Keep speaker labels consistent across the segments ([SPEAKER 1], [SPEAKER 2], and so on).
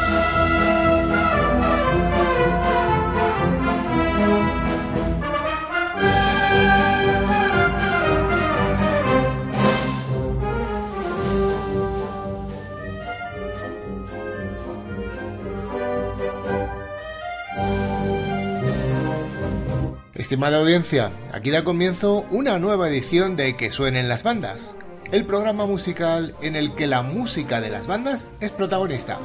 [SPEAKER 1] Estimada audiencia, aquí da comienzo una nueva edición de Que suenen las bandas, el programa musical en el que la música de las bandas es protagonista.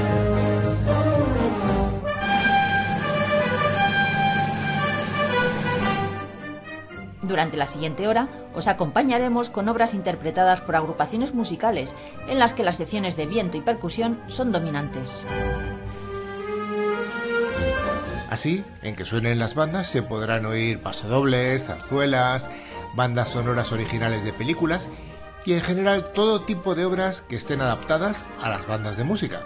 [SPEAKER 2] Durante la siguiente hora os acompañaremos con obras interpretadas por agrupaciones musicales en las que las secciones de viento y percusión son dominantes.
[SPEAKER 1] Así, en Que suenen las bandas se podrán oír pasodobles, zarzuelas, bandas sonoras originales de películas y en general todo tipo de obras que estén adaptadas a las bandas de música.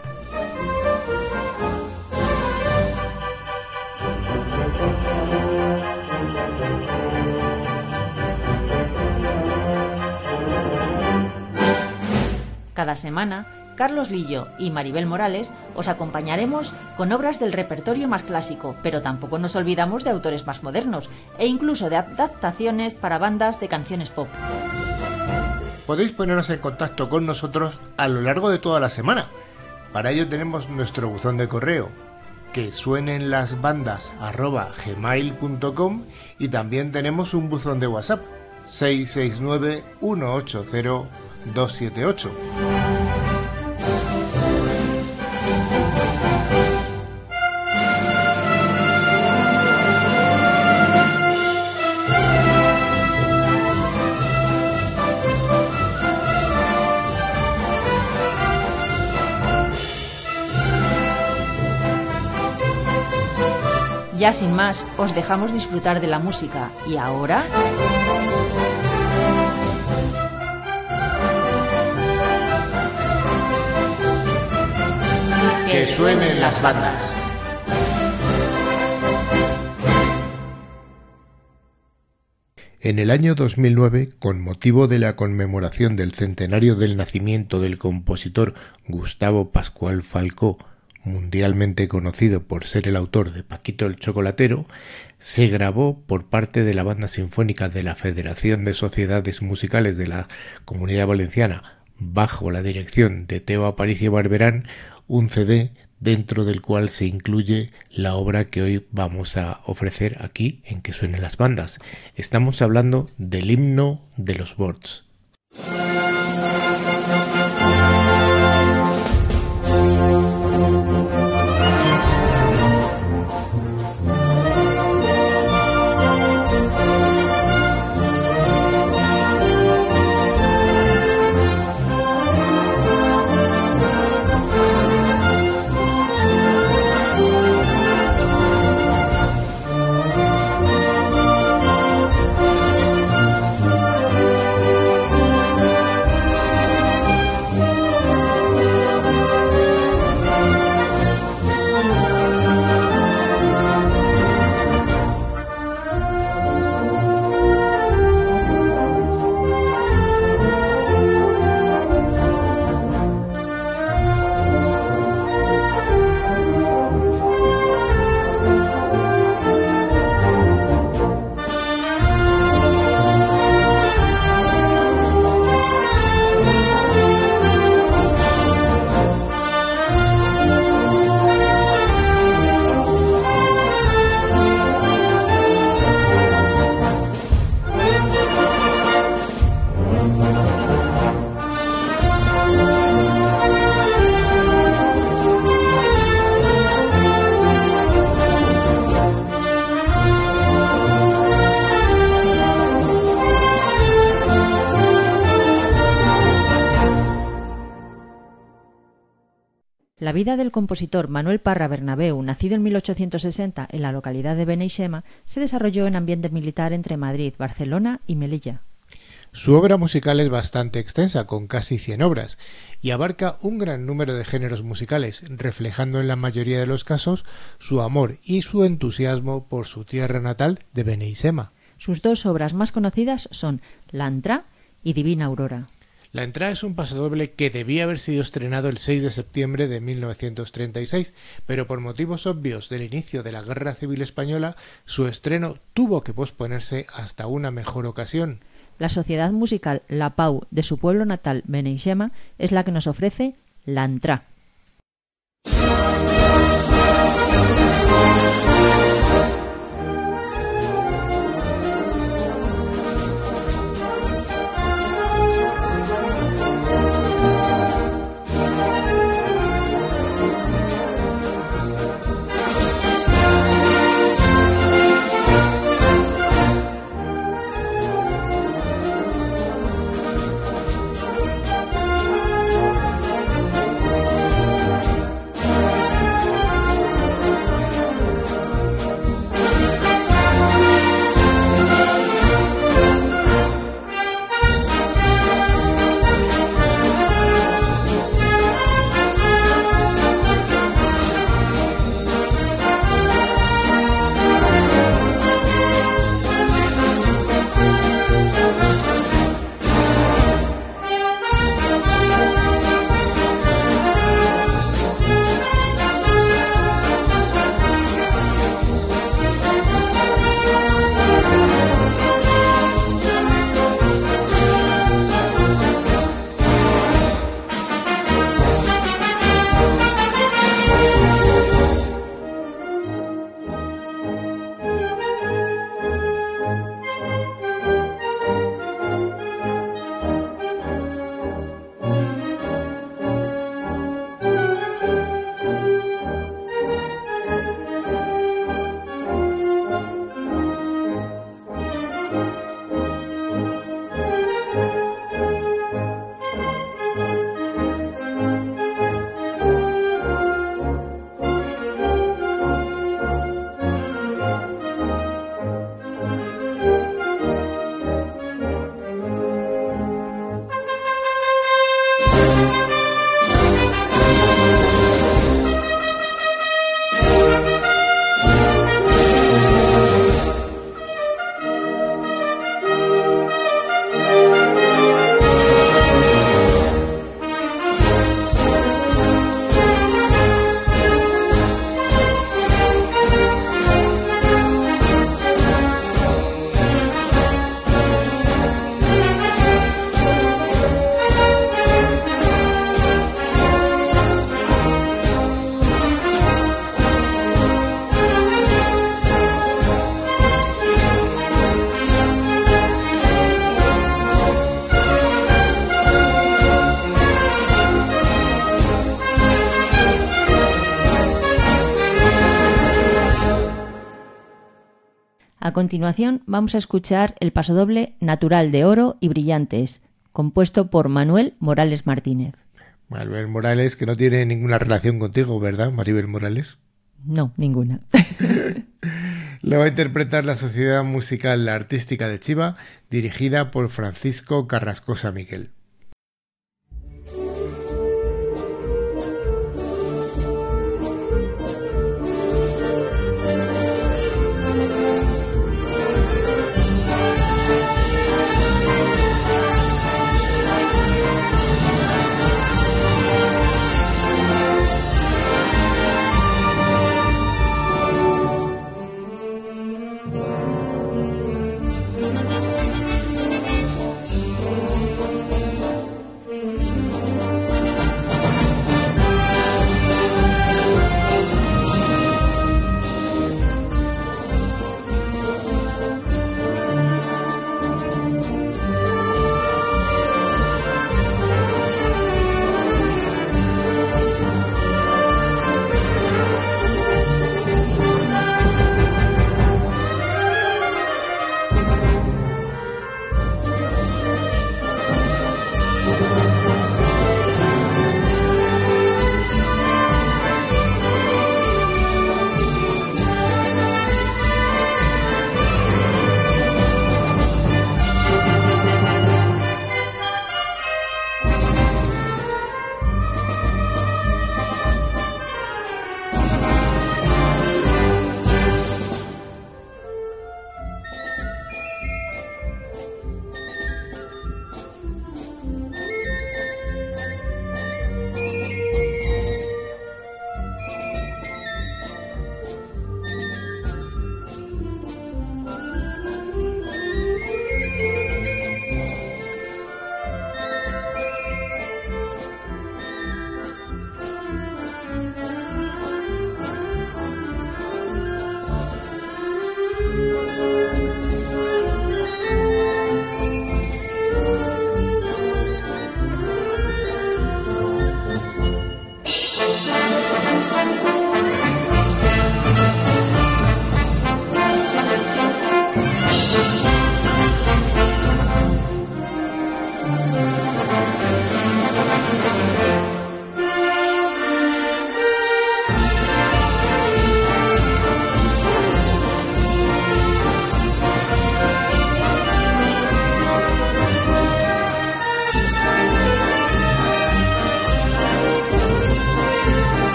[SPEAKER 2] Cada semana, Carlos Lillo y Maribel Morales os acompañaremos con obras del repertorio más clásico, pero tampoco nos olvidamos de autores más modernos e incluso de adaptaciones para bandas de canciones pop.
[SPEAKER 1] Podéis poneros en contacto con nosotros a lo largo de toda la semana. Para ello tenemos nuestro buzón de correo, quesuenenlasbandas@gmail.com, y también tenemos un buzón de WhatsApp, 669 180 278.
[SPEAKER 2] Ya sin más, os dejamos disfrutar de la música. ¿Y ahora?
[SPEAKER 1] Que suenen las bandas. En el año 2009, con motivo de la conmemoración del centenario del nacimiento del compositor Gustavo Pascual Falcó, mundialmente conocido por ser el autor de Paquito el Chocolatero, se grabó por parte de la Banda Sinfónica de la Federación de Sociedades Musicales de la Comunidad Valenciana, bajo la dirección de Teo Aparicio Barberán, un CD dentro del cual se incluye la obra que hoy vamos a ofrecer aquí en Que suenen las bandas. Estamos hablando del himno de los Bords.
[SPEAKER 2] La vida del compositor Manuel Parra Bernabeu, nacido en 1860 en la localidad de Beneixema, se desarrolló en ambiente militar entre Madrid, Barcelona y Melilla.
[SPEAKER 1] Su obra musical es bastante extensa, con casi 100 obras, y abarca un gran número de géneros musicales, reflejando en la mayoría de los casos su amor y su entusiasmo por su tierra natal de Beneixema.
[SPEAKER 2] Sus dos obras más conocidas son L'Antra y Divina Aurora.
[SPEAKER 1] La entrada es un pasodoble que debía haber sido estrenado el 6 de septiembre de 1936, pero por motivos obvios del inicio de la Guerra Civil Española, su estreno tuvo que posponerse hasta una mejor ocasión.
[SPEAKER 2] La sociedad musical La Pau de su pueblo natal, Beneixama, es la que nos ofrece L'Entrà. A continuación vamos a escuchar el pasodoble Natural de Oro y Brillantes, compuesto por Manuel Morales Martínez.
[SPEAKER 1] Manuel Morales, que no tiene ninguna relación contigo, ¿verdad, Maribel Morales?
[SPEAKER 2] No, ninguna.
[SPEAKER 1] Lo va a interpretar la Sociedad Musical Artística de Chiva, dirigida por Francisco Carrascosa Miguel.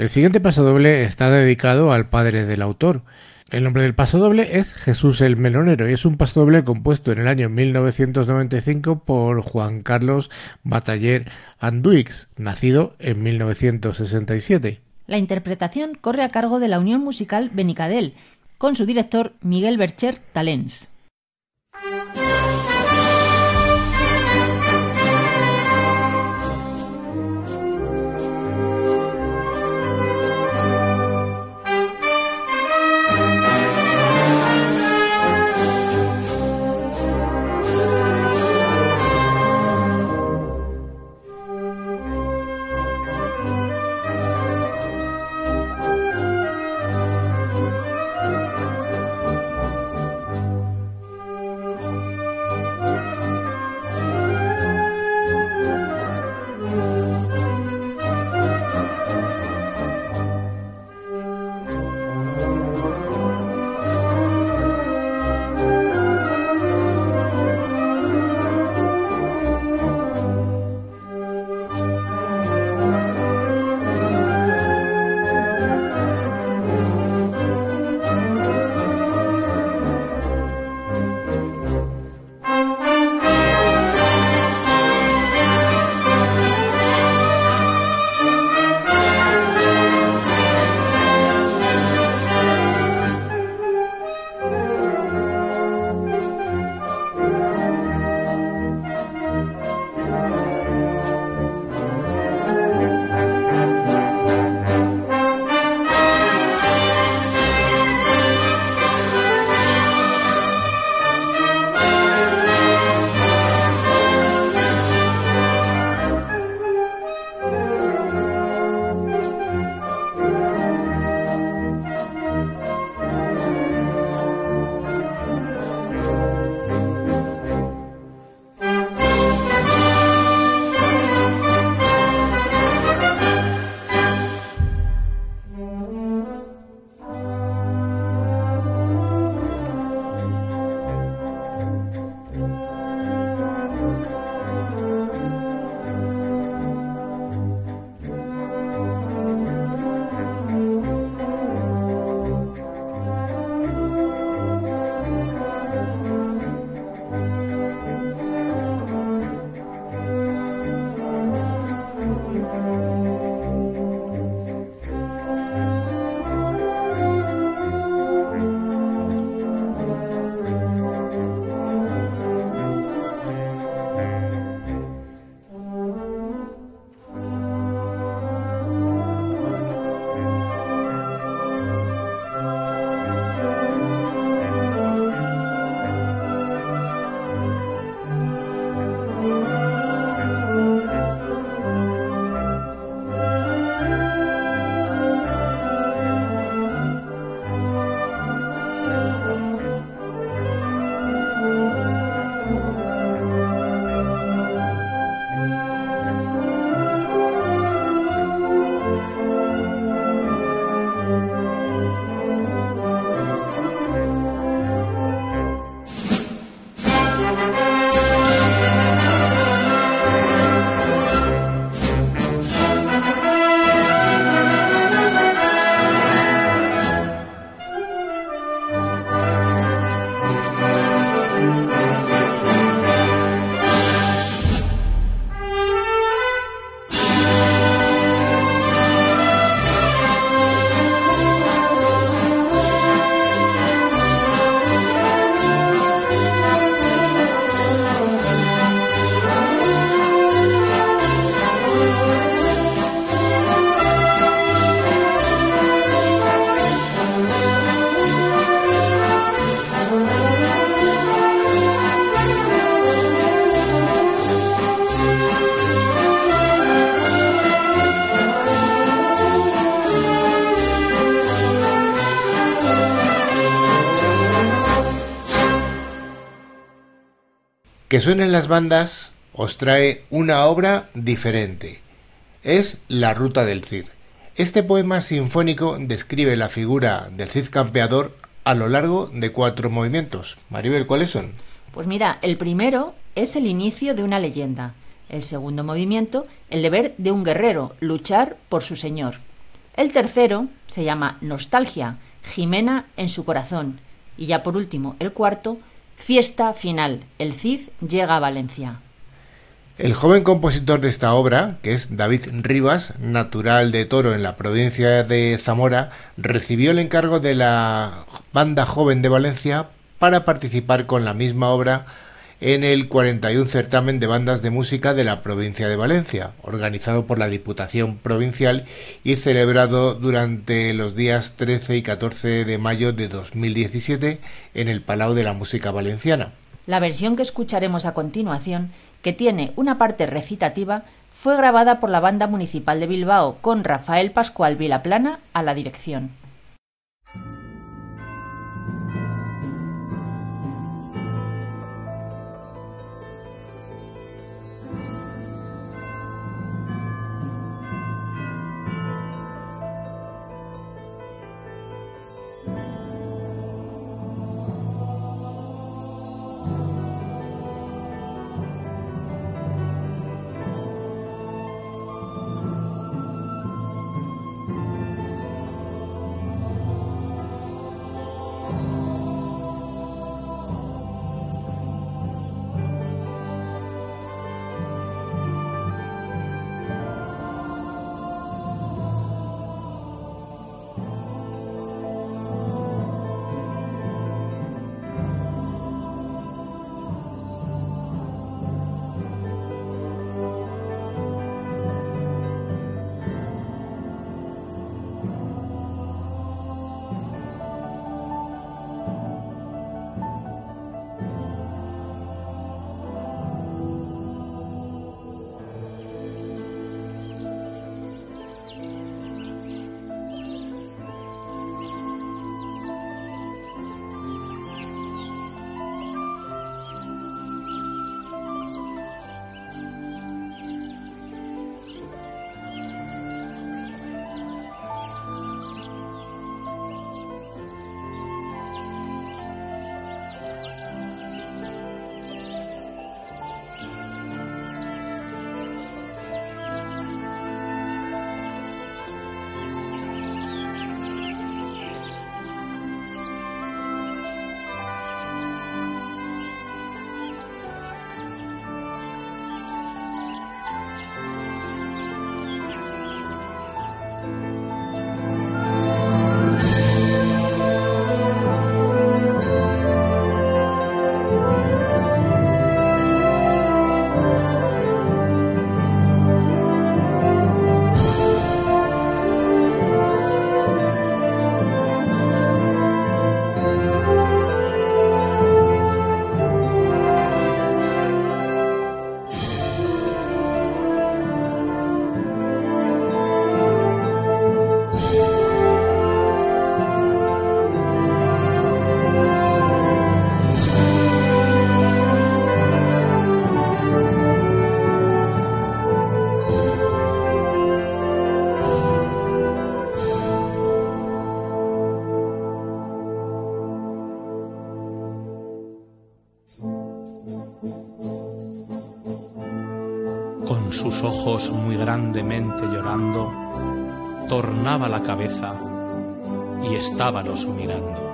[SPEAKER 1] El siguiente pasodoble está dedicado al padre del autor. El nombre del pasodoble es Jesús el Melonero y es un pasodoble compuesto en el año 1995 por Juan Carlos Bataller Anduix, nacido en 1967.
[SPEAKER 2] La interpretación corre a cargo de la Unión Musical Benicadel, con su director Miguel Bercher Talens.
[SPEAKER 1] Que suenen las bandas os trae una obra diferente. Es La Ruta del Cid. Este poema sinfónico describe la figura del Cid campeador a lo largo de 4 movimientos. Maribel, ¿cuáles son?
[SPEAKER 2] Pues mira, el primero es el inicio de una leyenda. El segundo movimiento, el deber de un guerrero, luchar por su señor. El tercero se llama Nostalgia, Jimena en su corazón. Y ya por último, el cuarto, Fiesta final, el Cid llega a Valencia.
[SPEAKER 1] El joven compositor de esta obra, que es David Rivas, natural de Toro en la provincia de Zamora, recibió el encargo de la Banda Joven de Valencia para participar con la misma obra en el 41 certamen de bandas de música de la provincia de Valencia, organizado por la Diputación Provincial y celebrado durante los días 13 y 14 de mayo de 2017 en el Palau de la Música Valenciana.
[SPEAKER 2] La versión que escucharemos a continuación, que tiene una parte recitativa, fue grabada por la Banda Municipal de Bilbao con Rafael Pascual Vilaplana a la dirección.
[SPEAKER 3] Con sus ojos muy grandemente llorando, tornaba la cabeza y estábalos mirando.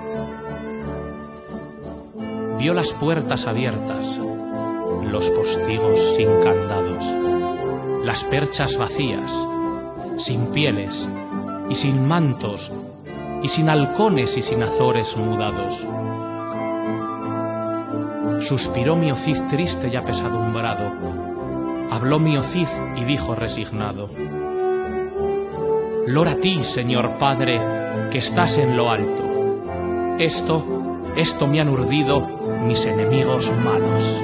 [SPEAKER 3] Vio las puertas abiertas, los postigos sin candados, las perchas vacías, sin pieles y sin mantos, y sin halcones y sin azores mudados. Suspiró Miocid triste y apesadumbrado. Habló Miocid y dijo resignado: Lora a ti, Señor Padre, que estás en lo alto. Esto me han urdido mis enemigos malos.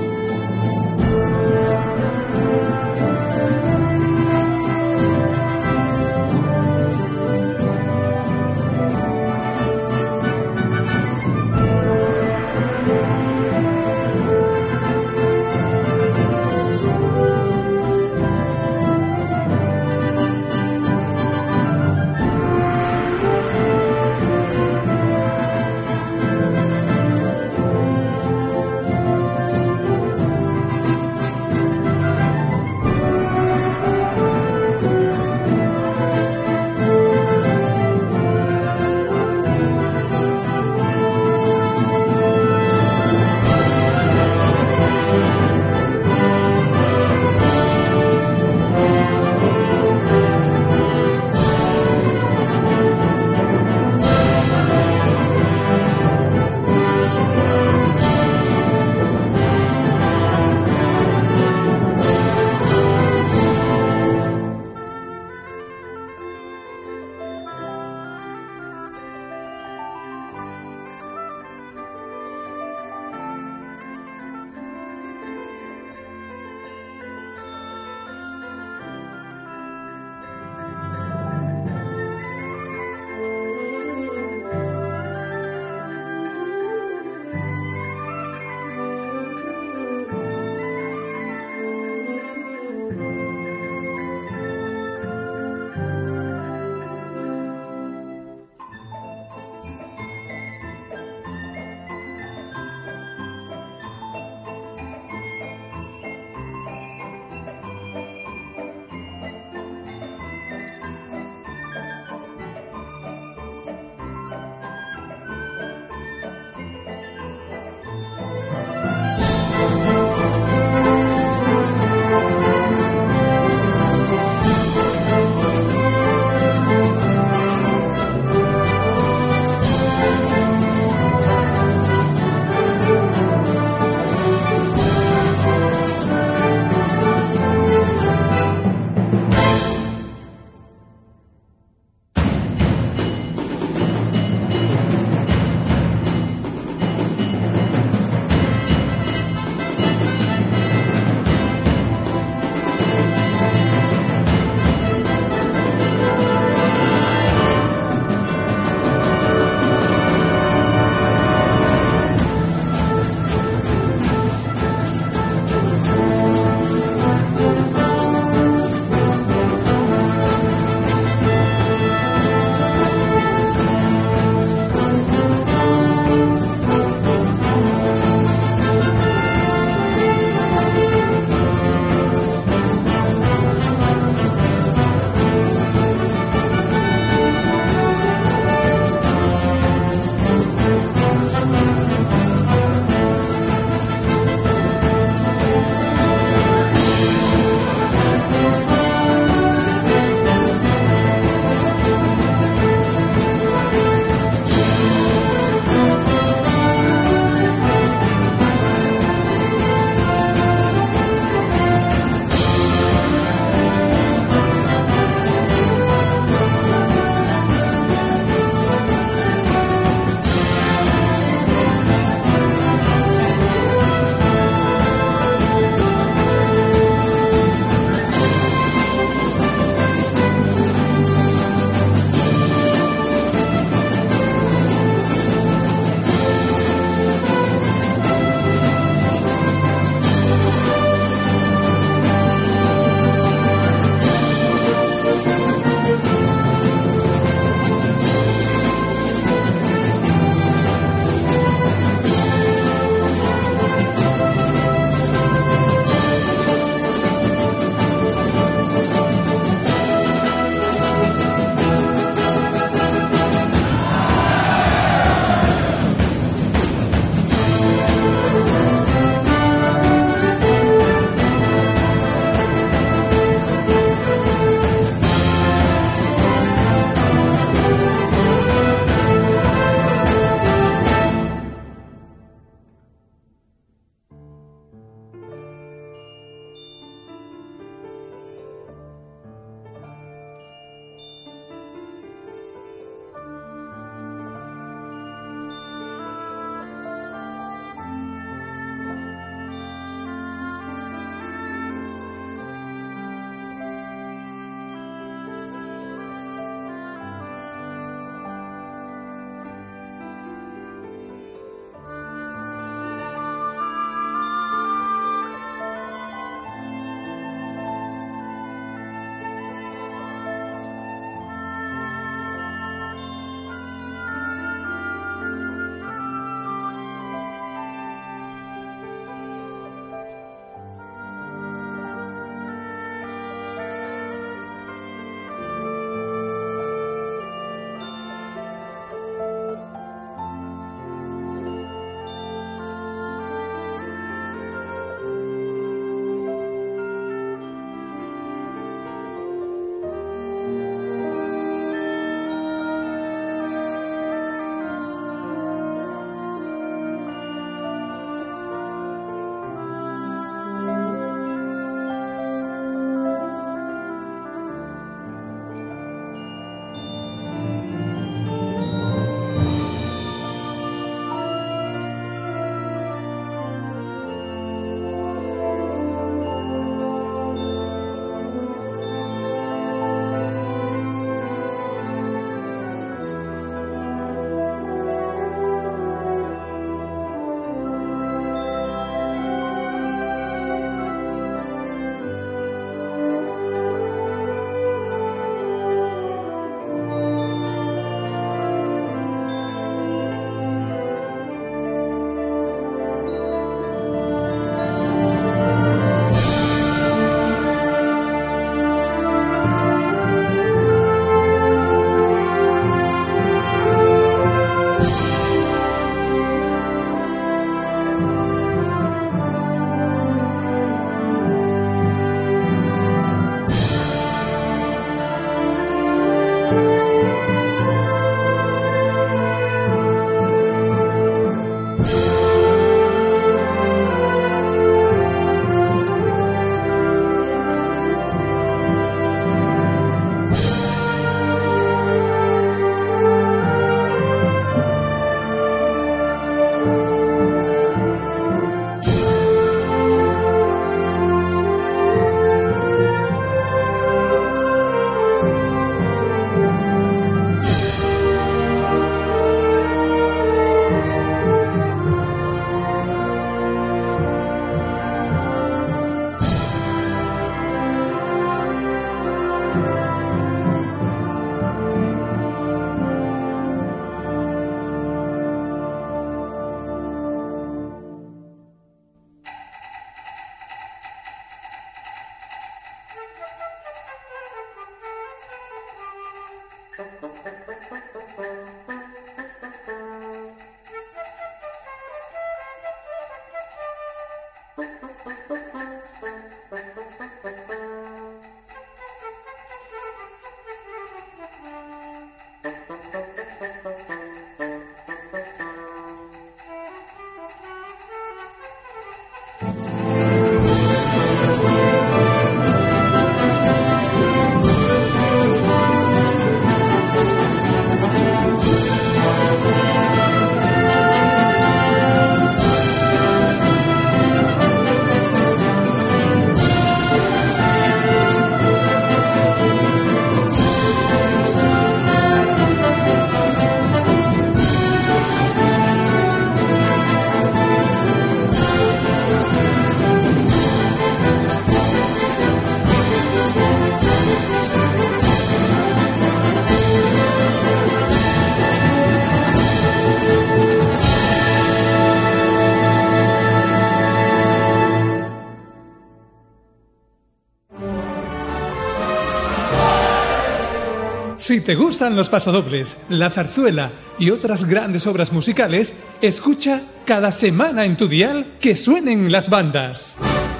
[SPEAKER 4] Si te gustan los pasodobles, la zarzuela y otras grandes obras musicales, escucha cada semana en tu dial que suenen las bandas.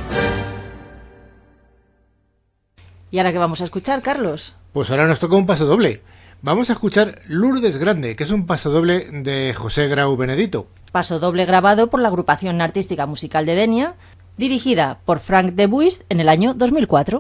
[SPEAKER 2] ¿Y ahora qué vamos a escuchar, Carlos?
[SPEAKER 1] Pues ahora nos toca un pasodoble. Vamos a escuchar Lourdes Grande, que es un pasodoble de José Grau Benedito.
[SPEAKER 2] Pasodoble grabado por la Agrupación Artística Musical de Denia, dirigida por Frank de Buist en el año 2004.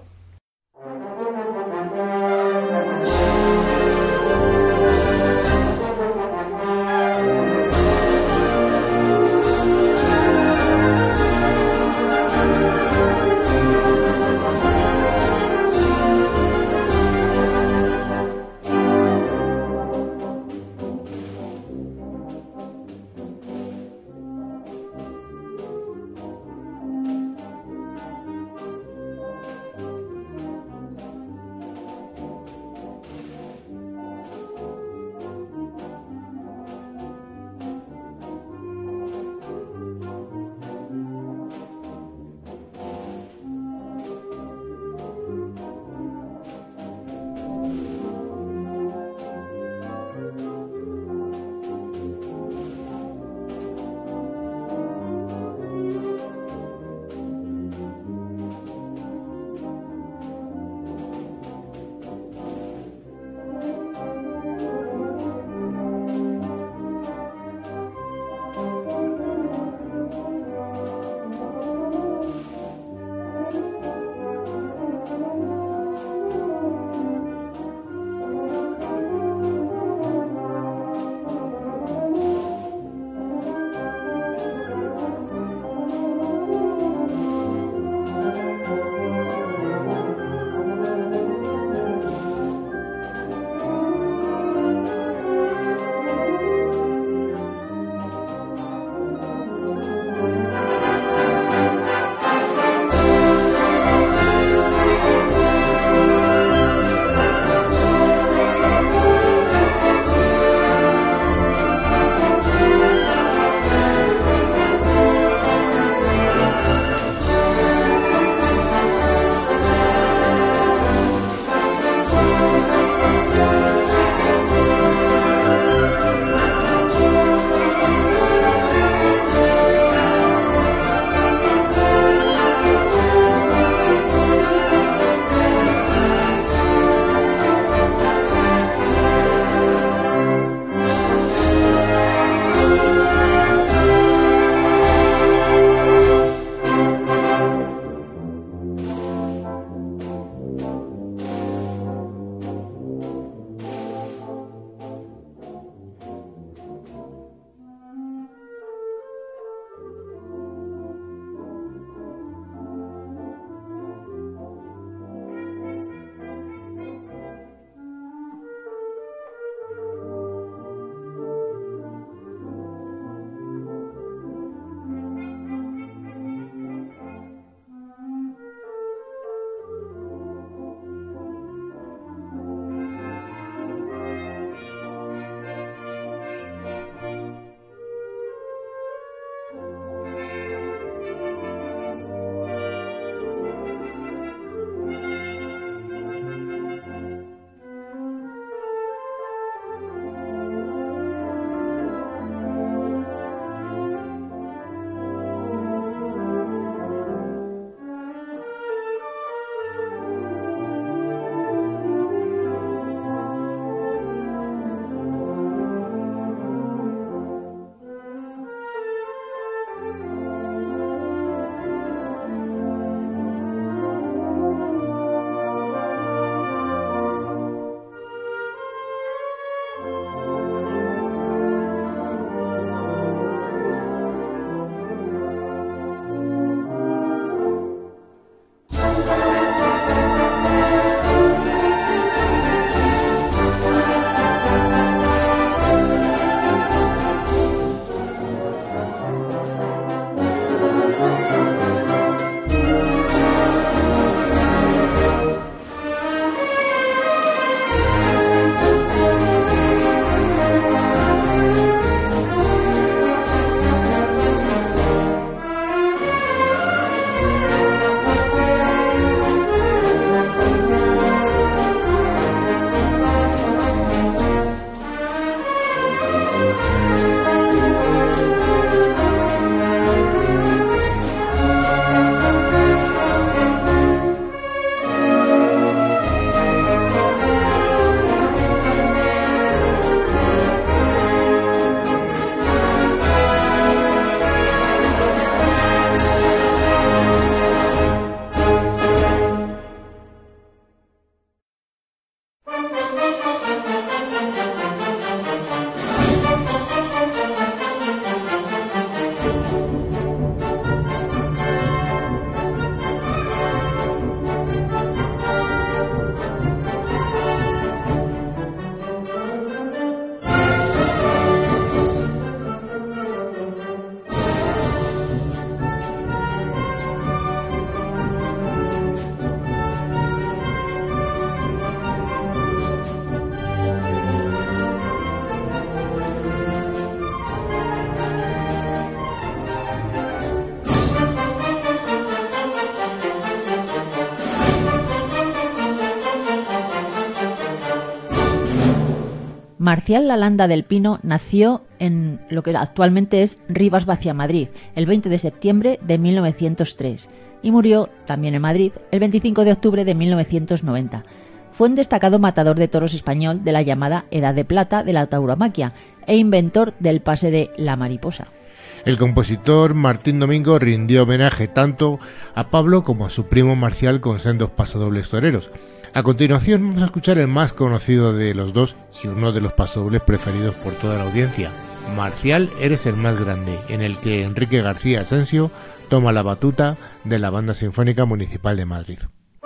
[SPEAKER 2] Marcial Lalanda del Pino nació en lo que actualmente es Rivas Vaciamadrid el 20 de septiembre de 1903 y murió también en Madrid el 25 de octubre de 1990. Fue un destacado matador de toros español de la llamada Edad de Plata de la tauromaquia e inventor del pase de la mariposa.
[SPEAKER 1] El compositor Martín Domingo rindió homenaje tanto a Pablo como a su primo Marcial con sendos pasodobles toreros. A continuación vamos a escuchar el más conocido de los dos y uno de los pasodobles preferidos por toda la audiencia, Marcial, eres el más grande, en el que Enrique García Asensio toma la batuta de la Banda Sinfónica Municipal de Madrid.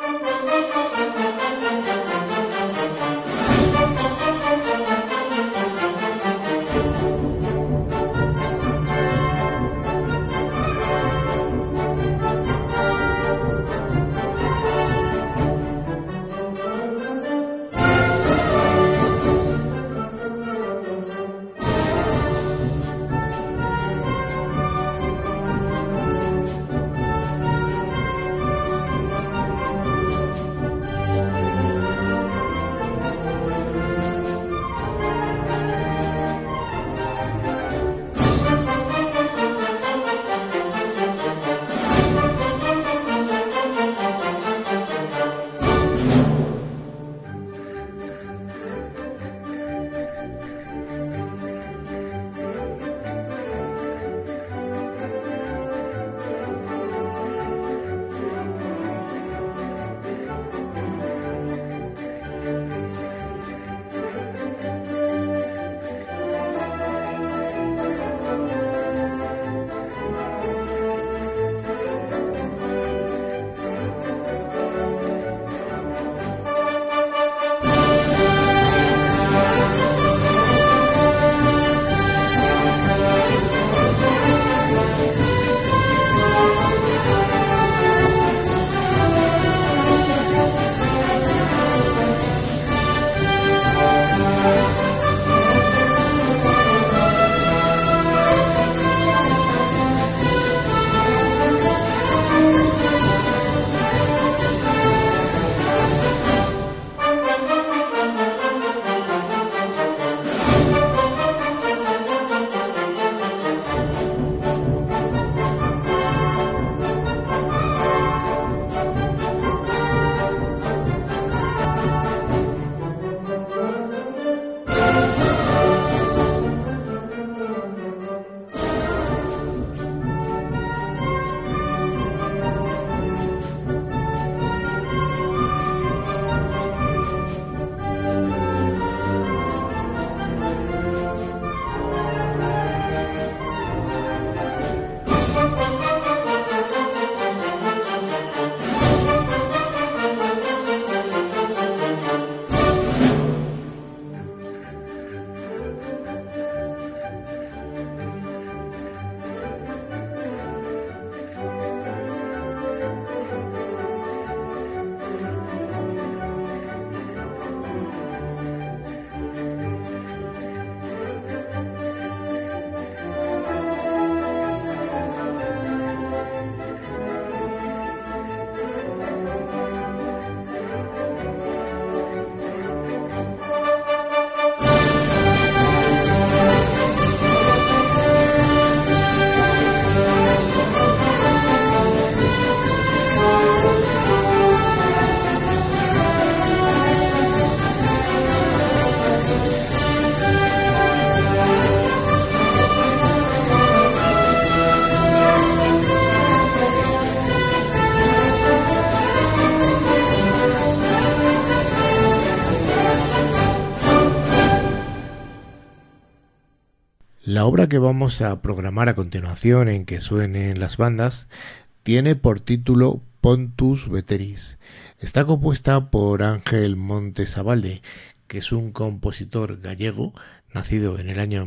[SPEAKER 1] La obra que vamos a programar a continuación en que suenen las bandas tiene por título Pontus Veteris. Está compuesta por Ángel Montes Abalde, que es un compositor gallego nacido en el año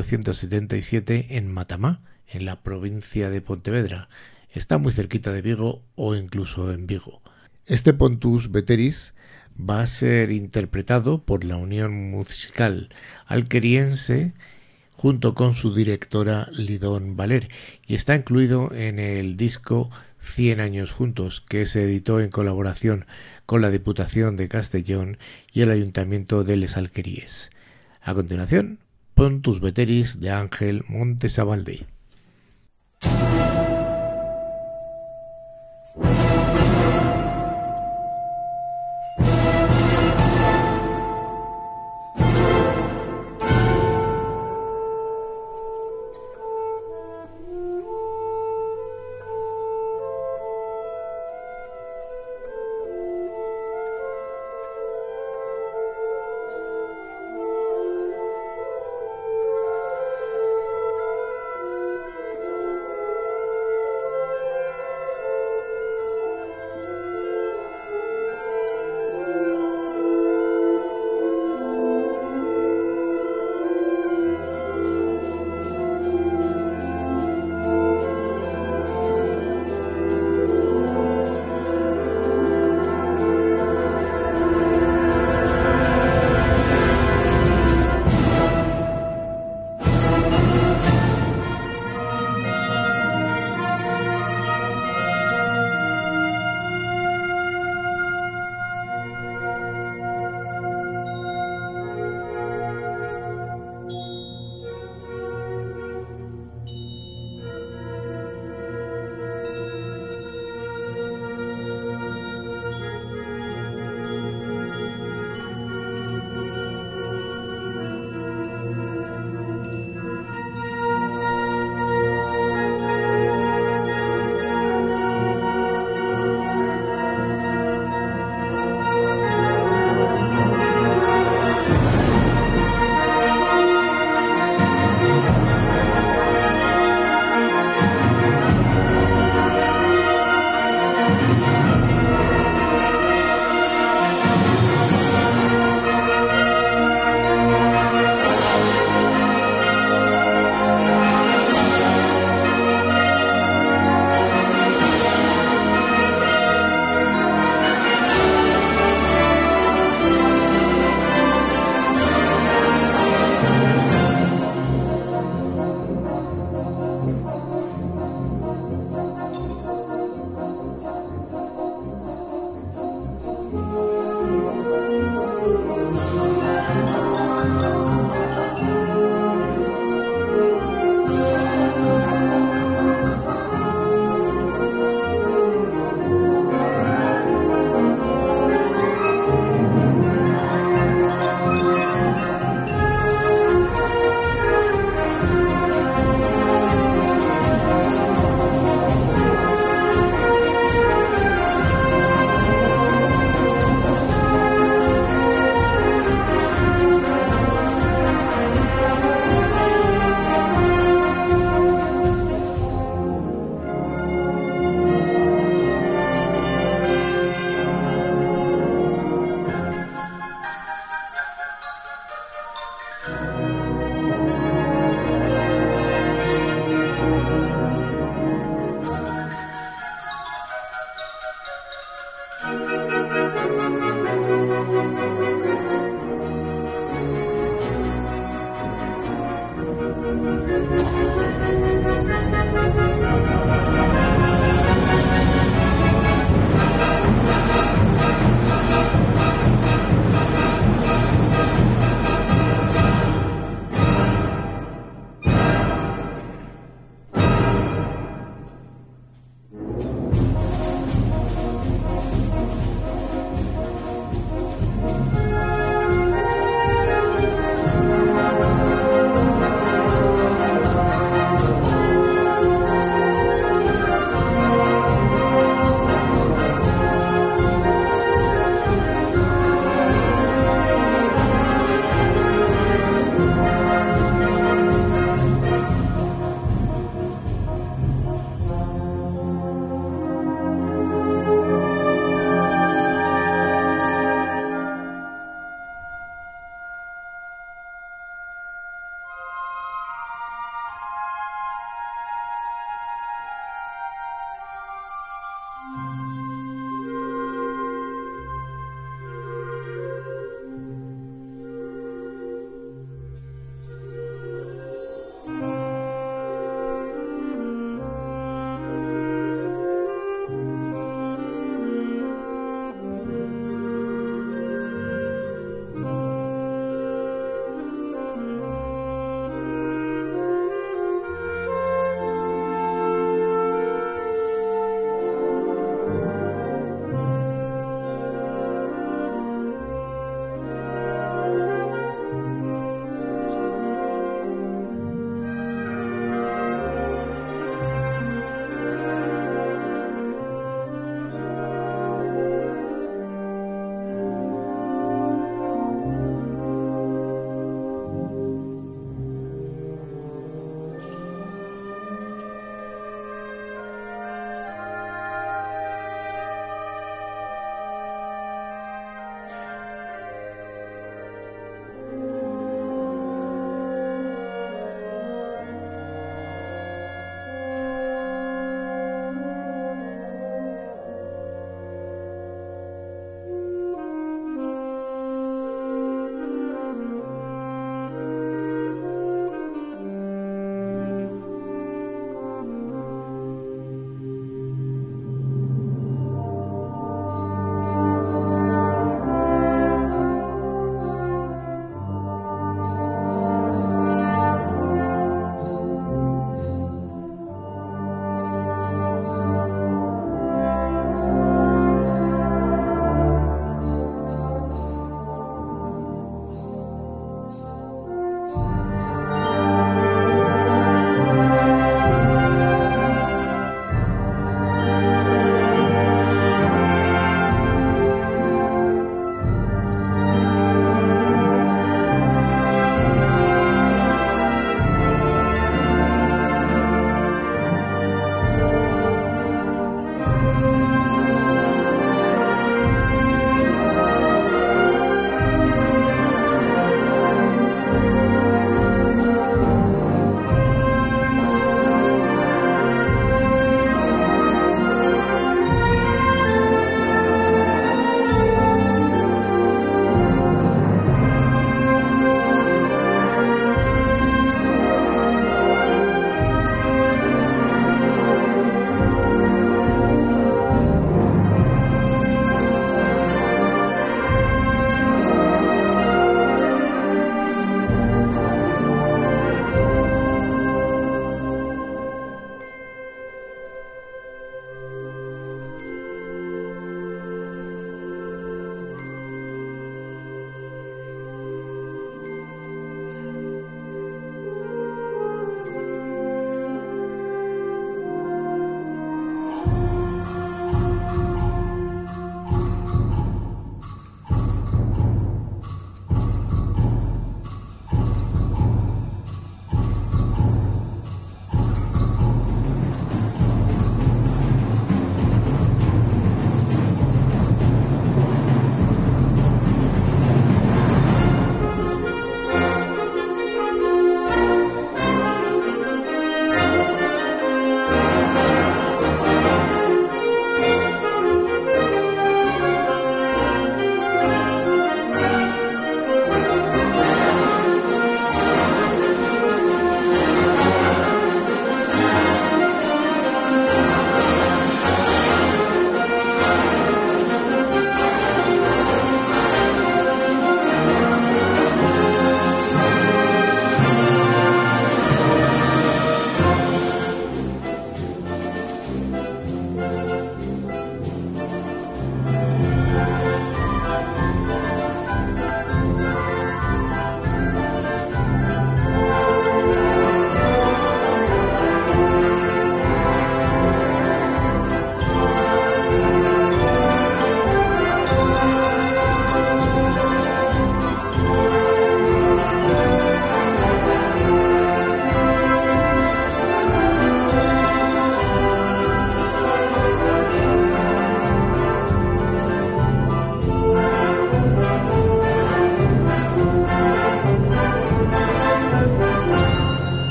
[SPEAKER 1] 1977 en Matamá, en la provincia de Pontevedra. Está muy cerquita de Vigo o incluso en Vigo. Este Pontus Veteris va a ser interpretado por la Unión Musical Alqueriense junto con su directora Lidón Valer y está incluido en el disco 100 años juntos, que se editó en colaboración con la Diputación de Castellón y el Ayuntamiento de Les Alqueríes. A continuación, Pontus Veteris de Ángel Montesabalde.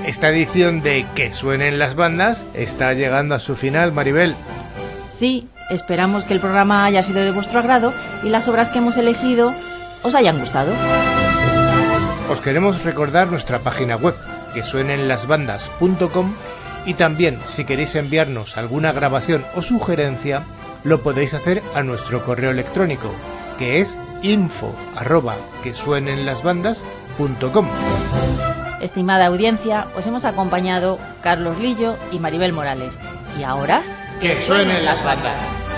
[SPEAKER 1] esta edición de Que suenen las bandas está llegando a su final, Maribel.
[SPEAKER 2] Sí, esperamos que el programa haya sido de vuestro agrado y las obras que hemos elegido os hayan gustado.
[SPEAKER 1] Os queremos recordar nuestra página web, quesuenenlasbandas.com, y también, si queréis enviarnos alguna grabación o sugerencia, lo podéis hacer a nuestro correo electrónico, que es info@quesuenenlasbandas.com.
[SPEAKER 2] Estimada audiencia, os hemos acompañado Carlos Lillo y Maribel Morales. Y ahora,
[SPEAKER 1] ¡que suenen las bandas!